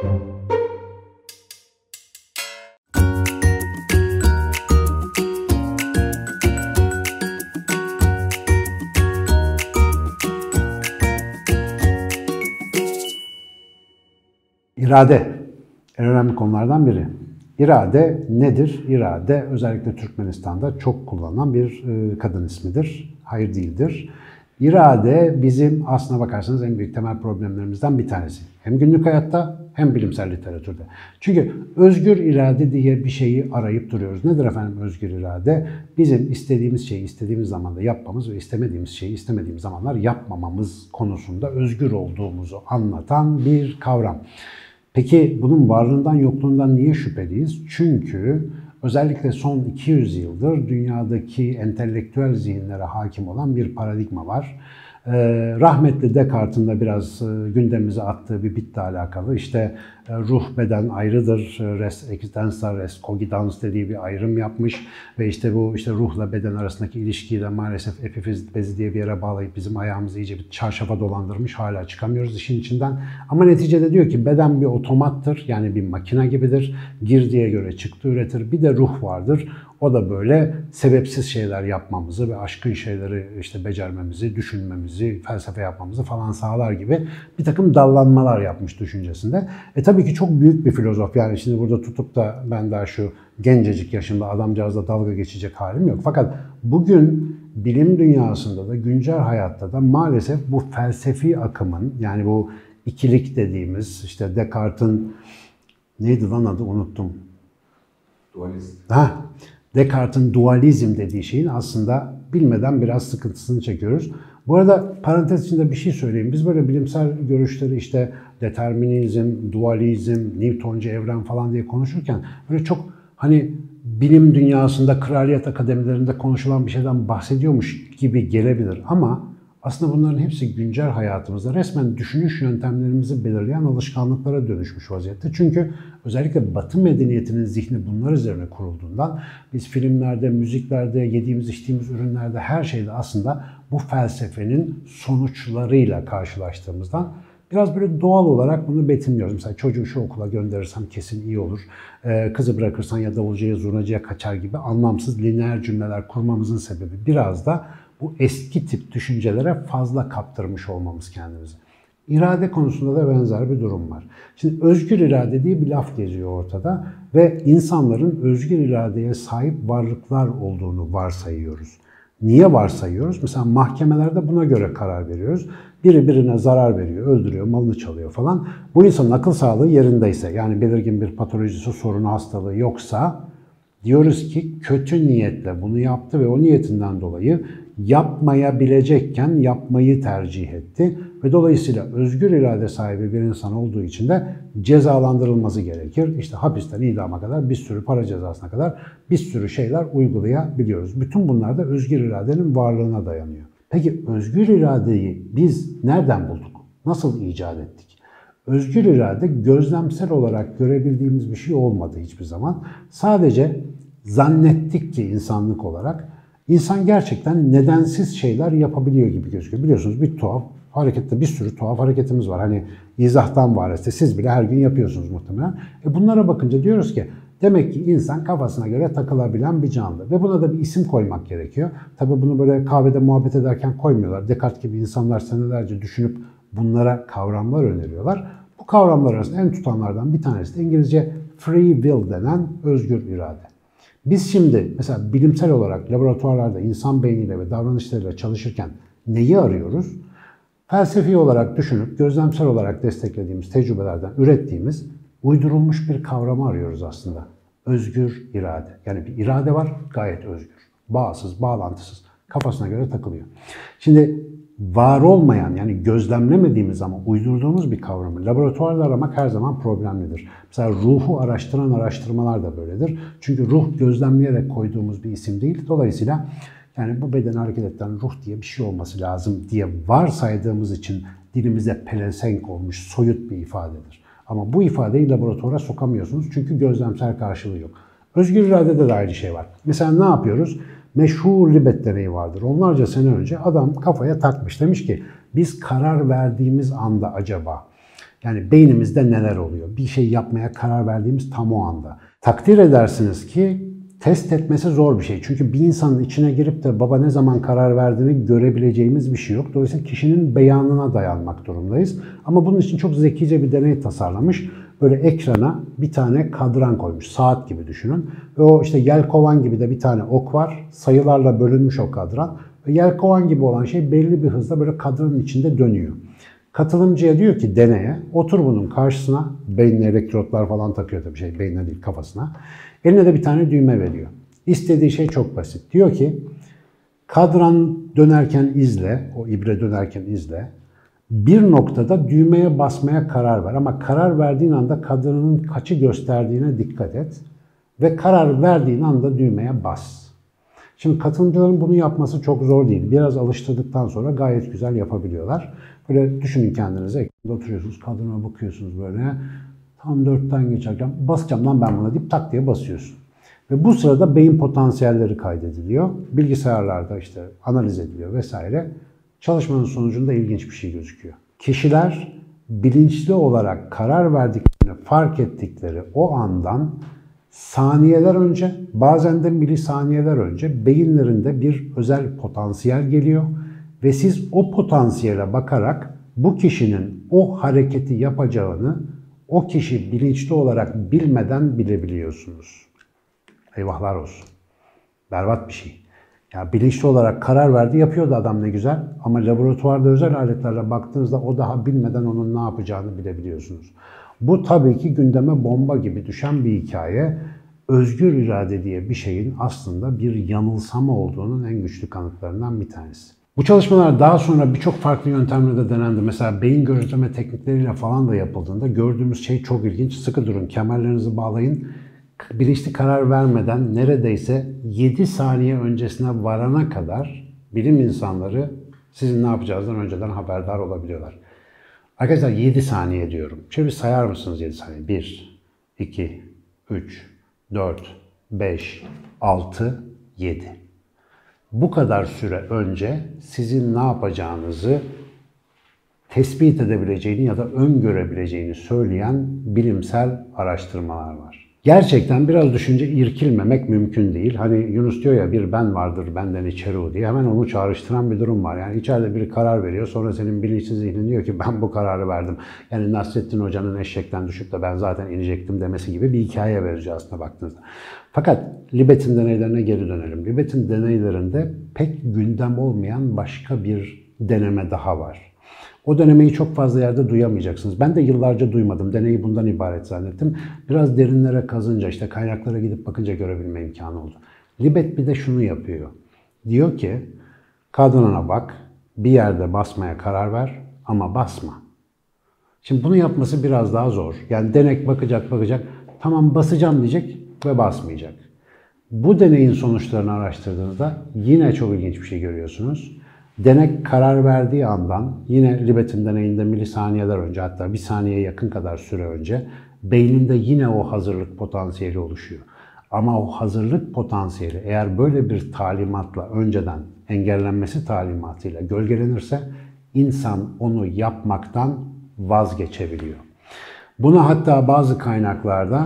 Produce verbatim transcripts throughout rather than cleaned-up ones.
İrade en önemli konulardan biri. İrade nedir? İrade özellikle Türkmenistan'da çok kullanılan bir kadın ismidir. Hayır değildir. İrade bizim aslına bakarsanız en büyük temel problemlerimizden bir tanesi. Hem günlük hayatta hem bilimsel literatürde. Çünkü özgür irade diye bir şeyi arayıp duruyoruz. Nedir efendim özgür irade? Bizim istediğimiz şeyi istediğimiz zamanda yapmamız ve istemediğimiz şeyi istemediğimiz zamanlar yapmamamız konusunda özgür olduğumuzu anlatan bir kavram. Peki bunun varlığından yokluğundan niye şüpheliyiz? Çünkü özellikle son iki yüz yıldır dünyadaki entelektüel zihinlere hakim olan bir paradigma var. Ee, rahmetli Descartes'in de biraz e, gündemimize attığı bir bitle alakalı. İşte e, ruh beden ayrıdır, res existentia res cogitans dediği bir ayrım yapmış ve işte bu işte ruhla beden arasındaki ilişkiyi de maalesef epifiz bezi diye bir yere bağlayıp bizim ayağımızı iyice bir çarşafa dolandırmış. Hala çıkamıyoruz işin içinden. Ama neticede diyor ki beden bir otomattır, yani bir makine gibidir. Girdiğe göre çıktı üretir. Bir de ruh vardır. O da böyle sebepsiz şeyler yapmamızı ve aşkın şeyleri işte becermemizi, düşünmemizi, felsefe yapmamızı falan sağlar gibi bir takım dallanmalar yapmış düşüncesinde. E tabii ki çok büyük bir filozof. Yani şimdi burada tutup da ben daha şu gencecik yaşımda adamcağızla dalga geçecek halim yok. Fakat bugün bilim dünyasında da güncel hayatta da maalesef bu felsefi akımın, yani bu ikilik dediğimiz işte Descartes'in neydi lan adı unuttum. Dualizm. Ha. Descartes'in dualizm dediği şeyin aslında bilmeden biraz sıkıntısını çekiyoruz. Bu arada parantez içinde bir şey söyleyeyim. Biz böyle bilimsel görüşleri işte determinizm, dualizm, Newtoncu evren falan diye konuşurken böyle çok hani bilim dünyasında, kraliyet akademilerinde konuşulan bir şeyden bahsediyormuş gibi gelebilir. Ama aslında bunların hepsi güncel hayatımızda resmen düşünüş yöntemlerimizi belirleyen alışkanlıklara dönüşmüş vaziyette. Çünkü özellikle Batı medeniyetinin zihni bunlar üzerine kurulduğundan biz filmlerde, müziklerde, yediğimiz içtiğimiz ürünlerde her şeyde aslında bu felsefenin sonuçlarıyla karşılaştığımızdan biraz böyle doğal olarak bunu betimliyoruz. Mesela çocuğu şu okula gönderirsem kesin iyi olur, kızı bırakırsan ya davulcuya, zurnacıya kaçar gibi anlamsız lineer cümleler kurmamızın sebebi biraz da bu eski tip düşüncelere fazla kaptırmış olmamız kendimizi. İrade konusunda da benzer bir durum var. Şimdi özgür irade diye bir laf geziyor ortada ve insanların özgür iradeye sahip varlıklar olduğunu varsayıyoruz. Niye varsayıyoruz? Mesela mahkemelerde buna göre karar veriyoruz. Biri birine zarar veriyor, öldürüyor, malını çalıyor falan. Bu insanın akıl sağlığı yerindeyse, yani belirgin bir patolojisi, sorunu, hastalığı yoksa diyoruz ki kötü niyetle bunu yaptı ve o niyetinden dolayı yapmayabilecekken yapmayı tercih etti ve dolayısıyla özgür irade sahibi bir insan olduğu için de cezalandırılması gerekir. İşte hapisten idama kadar, bir sürü para cezasına kadar bir sürü şeyler uygulayabiliyoruz. Bütün bunlar da özgür iradenin varlığına dayanıyor. Peki özgür iradeyi biz nereden bulduk? Nasıl icat ettik? Özgür irade gözlemsel olarak görebildiğimiz bir şey olmadı hiçbir zaman. Sadece zannettik ki insanlık olarak insan gerçekten nedensiz şeyler yapabiliyor gibi gözüküyor. Biliyorsunuz bir tuhaf harekette bir sürü tuhaf hareketimiz var. Hani izahtan varese siz bile her gün yapıyorsunuz muhtemelen. E bunlara bakınca diyoruz ki demek ki insan kafasına göre takılabilen bir canlı. Ve buna da bir isim koymak gerekiyor. Tabii bunu böyle kahvede muhabbet ederken koymuyorlar. Descartes gibi insanlar senelerce düşünüp bunlara kavramlar öneriyorlar. Bu kavramlar arasında en tutanlardan bir tanesi de İngilizce free will denen özgür irade. Biz şimdi mesela bilimsel olarak laboratuvarlarda insan beyniyle ve davranışlarıyla çalışırken neyi arıyoruz? Felsefi olarak düşünüp gözlemsel olarak desteklediğimiz tecrübelerden ürettiğimiz uydurulmuş bir kavramı arıyoruz aslında. Özgür irade. Yani bir irade var, gayet özgür. Bağımsız, bağlantısız. Kafasına göre takılıyor. Şimdi var olmayan, yani gözlemlemediğimiz ama uydurduğumuz bir kavramı laboratuvarda aramak her zaman problemlidir. Mesela ruhu araştıran araştırmalar da böyledir. Çünkü ruh gözlemleyerek koyduğumuz bir isim değil. Dolayısıyla yani bu bedeni hareket ettiren ruh diye bir şey olması lazım diye varsaydığımız için dilimize pelesenk olmuş soyut bir ifadedir. Ama bu ifadeyi laboratuvara sokamıyorsunuz çünkü gözlemsel karşılığı yok. Özgür iradede de aynı şey var. Mesela ne yapıyoruz? Meşhur Libet deneyi vardır. Onlarca sene önce adam kafaya takmış. Demiş ki biz karar verdiğimiz anda acaba Yani beynimizde neler oluyor? Bir şey yapmaya karar verdiğimiz tam o anda. Takdir edersiniz ki test etmesi zor bir şey. Çünkü bir insanın içine girip de baba ne zaman karar verdiğini görebileceğimiz bir şey yok. Dolayısıyla kişinin beyanına dayanmak durumundayız. Ama bunun için çok zekice bir deney tasarlamış. Böyle ekrana bir tane kadran koymuş. Saat gibi düşünün. Ve o işte yelkovan gibi de bir tane ok var. Sayılarla bölünmüş o kadran. Ve yelkovan gibi olan şey belli bir hızla böyle kadranın içinde dönüyor. Katılımcıya diyor ki deneye, otur bunun karşısına, beynine elektrotlar falan takıyor tabii şey, beynine değil kafasına. Eline de bir tane düğme veriyor. İstediği şey çok basit. Diyor ki, kadran dönerken izle, o ibre dönerken izle. Bir noktada düğmeye basmaya karar ver. Ama karar verdiğin anda kadranın kaçı gösterdiğine dikkat et. Ve karar verdiğin anda düğmeye bas. Şimdi katılımcıların bunu yapması çok zor değil. Biraz alıştırdıktan sonra gayet güzel yapabiliyorlar. Böyle düşünün kendinize, ekranda oturuyorsunuz, kadrana bakıyorsunuz böyle. Tam dörtten geçerken basacağım lan ben buna deyip tak diye basıyorsun. Ve bu sırada beyin potansiyelleri kaydediliyor. Bilgisayarlarda işte analiz ediliyor vesaire. Çalışmanın sonucunda ilginç bir şey gözüküyor. Kişiler bilinçli olarak karar verdiklerini fark ettikleri o andan saniyeler önce, bazen de milisaniyeler önce beyinlerinde bir özel potansiyel geliyor ve siz o potansiyele bakarak bu kişinin o hareketi yapacağını o kişi bilinçli olarak bilmeden bilebiliyorsunuz. Eyvahlar olsun. Berbat bir şey. Ya bilinçli olarak karar verdi, yapıyordu adam ne güzel. Ama laboratuvarda özel aletlerle baktığınızda o daha bilmeden onun ne yapacağını bilebiliyorsunuz. Bu tabii ki gündeme bomba gibi düşen bir hikaye. Özgür irade diye bir şeyin aslında bir yanılsama olduğunun en güçlü kanıtlarından bir tanesi. Bu çalışmalar daha sonra birçok farklı yöntemle de denendi. Mesela beyin gözleme teknikleriyle falan da yapıldığında gördüğümüz şey çok ilginç. Sıkı durun, kemerlerinizi bağlayın. Bilinçli karar vermeden neredeyse yedi saniye öncesine varana kadar bilim insanları sizin ne yapacağınızdan önceden haberdar olabiliyorlar. Arkadaşlar yedi saniye diyorum. Şöyle bir sayar mısınız yedi saniye? bir, iki, üç, dört, beş, altı, yedi. Bu kadar süre önce sizin ne yapacağınızı tespit edebileceğini ya da öngörebileceğini söyleyen bilimsel araştırmalar var. Gerçekten biraz düşünce irkilmemek mümkün değil. Hani Yunus diyor ya bir ben vardır benden içeri o diye hemen onu çağrıştıran bir durum var. Yani içeride biri karar veriyor sonra senin bilinçli zihnin diyor ki ben bu kararı verdim. Yani Nasrettin Hoca'nın eşekten düşüp de ben zaten inecektim demesi gibi bir hikaye verici aslında baktığınızda. Fakat Libet'in deneylerine geri dönelim. Libet'in deneylerinde pek gündem olmayan başka bir deneme daha var. O denemeyi çok fazla yerde duyamayacaksınız. Ben de yıllarca duymadım. Deneyi bundan ibaret zannettim. Biraz derinlere kazınca, işte kaynaklara gidip bakınca görebilme imkanı oldu. Libet bir de şunu yapıyor. Diyor ki, kadranına bak, bir yerde basmaya karar ver ama basma. Şimdi bunu yapması biraz daha zor. Yani denek bakacak bakacak, tamam basacağım diyecek ve basmayacak. Bu deneyin sonuçlarını araştırdığınızda yine çok ilginç bir şey görüyorsunuz. Denek karar verdiği andan yine Libet'in deneyinde milisaniyeler önce hatta bir saniyeye yakın kadar süre önce beyninde yine o hazırlık potansiyeli oluşuyor. Ama o hazırlık potansiyeli eğer böyle bir talimatla önceden engellenmesi talimatıyla gölgelenirse insan onu yapmaktan vazgeçebiliyor. Buna hatta bazı kaynaklarda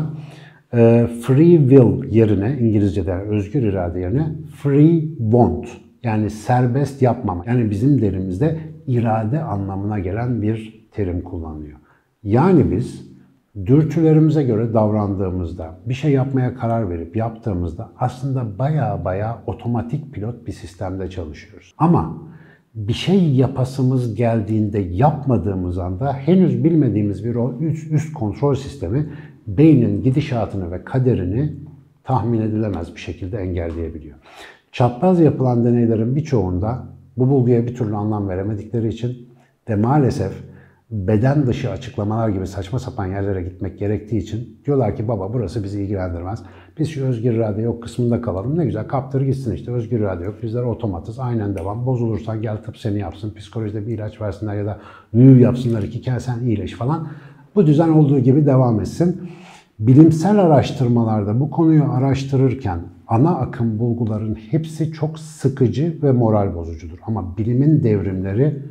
e, free will yerine İngilizce'de özgür irade yerine free want yani serbest yapmama, yani bizim dilimizde irade anlamına gelen bir terim kullanılıyor. Yani biz dürtülerimize göre davrandığımızda, bir şey yapmaya karar verip yaptığımızda aslında baya baya otomatik pilot bir sistemde çalışıyoruz. Ama bir şey yapasımız geldiğinde yapmadığımız anda henüz bilmediğimiz bir o üst, üst kontrol sistemi beynin gidişatını ve kaderini tahmin edilemez bir şekilde engelleyebiliyor. Çapraz yapılan deneylerin birçoğunda bu bulguya bir türlü anlam veremedikleri için de maalesef beden dışı açıklamalar gibi saçma sapan yerlere gitmek gerektiği için diyorlar ki baba burası bizi ilgilendirmez. Biz şu özgür irade yok kısmında kalalım. Ne güzel kaptır gitsin işte özgür irade yok. Bizler otomatız aynen devam. Bozulursan gel tıp seni yapsın. Psikolojide bir ilaç versinler ya da büyü yapsınlar iki kere sen iyileş falan. Bu düzen olduğu gibi devam etsin. Bilimsel araştırmalarda bu konuyu araştırırken ana akım bulguların hepsi çok sıkıcı ve moral bozucudur. Ama bilimin devrimleri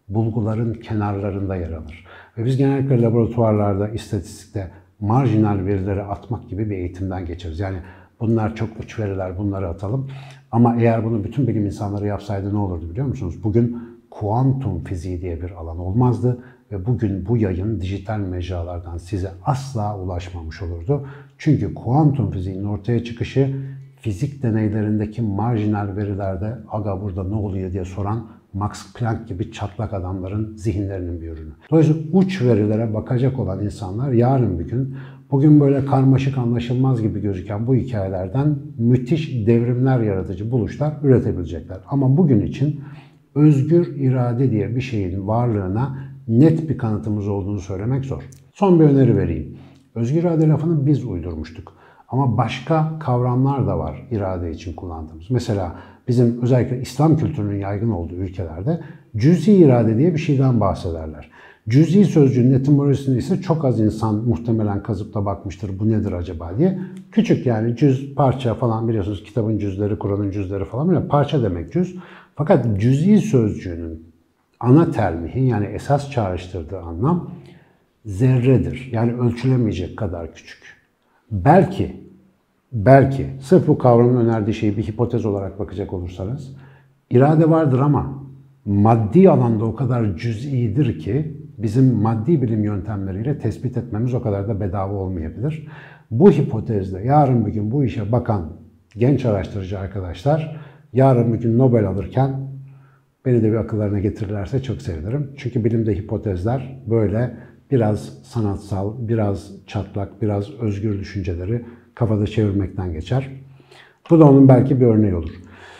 bulguların kenarlarında yer alır. Ve biz genellikle laboratuvarlarda, istatistikte marjinal verileri atmak gibi bir eğitimden geçeriz. Yani bunlar çok uç veriler, bunları atalım. Ama eğer bunu bütün bilim insanları yapsaydı ne olurdu biliyor musunuz? Bugün kuantum fiziği diye bir alan olmazdı ve bugün bu yayın dijital mecralardan size asla ulaşmamış olurdu. Çünkü kuantum fiziğinin ortaya çıkışı fizik deneylerindeki marjinal verilerde aga burada ne oluyor diye soran Max Planck gibi çatlak adamların zihinlerinin bir ürünü. Dolayısıyla uç verilere bakacak olan insanlar yarın bir gün bugün böyle karmaşık anlaşılmaz gibi gözüken bu hikayelerden müthiş devrimler yaratıcı buluşlar üretebilecekler. Ama bugün için özgür irade diye bir şeyin varlığına net bir kanıtımız olduğunu söylemek zor. Son bir öneri vereyim. Özgür irade lafını biz uydurmuştuk. Ama başka kavramlar da var irade için kullandığımız. Mesela bizim özellikle İslam kültürünün yaygın olduğu ülkelerde cüz'i irade diye bir şeyden bahsederler. Cüz'i sözcüğün etimolojisini ise çok az insan muhtemelen kazıp da bakmıştır bu nedir acaba diye. Küçük yani cüz, parça falan biliyorsunuz kitabın cüzleri, Kur'an'ın cüzleri falan böyle parça demek cüz. Fakat cüz'i sözcüğünün ana termihi yani esas çağrıştırdığı anlam zerredir. Yani ölçülemeyecek kadar küçük. Belki, belki sırf bu kavramın önerdiği şeyi bir hipotez olarak bakacak olursanız irade vardır ama maddi alanda o kadar cüz'idir ki bizim maddi bilim yöntemleriyle tespit etmemiz o kadar da bedava olmayabilir. Bu hipotezde yarın bir gün bu işe bakan genç araştırıcı arkadaşlar yarın bir gün Nobel alırken beni de bir akıllarına getirirlerse çok sevinirim. Çünkü bilimde hipotezler böyle biraz sanatsal, biraz çatlak, biraz özgür düşünceleri kafada çevirmekten geçer. Bu da onun belki bir örneği olur.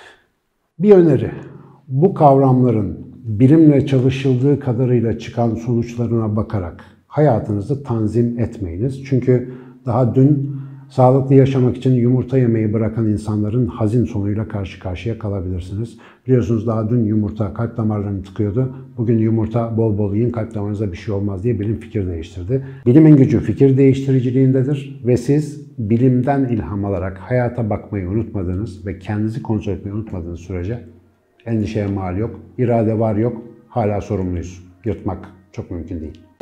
Bir öneri, bu kavramların bilimle çalışıldığı kadarıyla çıkan sonuçlarına bakarak hayatınızı tanzim etmeyiniz. Çünkü daha dün sağlıklı yaşamak için yumurta yemeyi bırakan insanların hazin sonuyla karşı karşıya kalabilirsiniz. Biliyorsunuz daha dün yumurta kalp damarlarını tıkıyordu. Bugün yumurta bol bol yiyin kalp damarınıza bir şey olmaz diye bilim fikir değiştirdi. Bilimin gücü fikir değiştiriciliğindedir ve siz bilimden ilham alarak hayata bakmayı unutmadığınız ve kendinizi kontrol etmeyi unutmadığınız sürece endişeye mal yok, irade var yok, hala sorumluyuz. Yırtmak çok mümkün değil.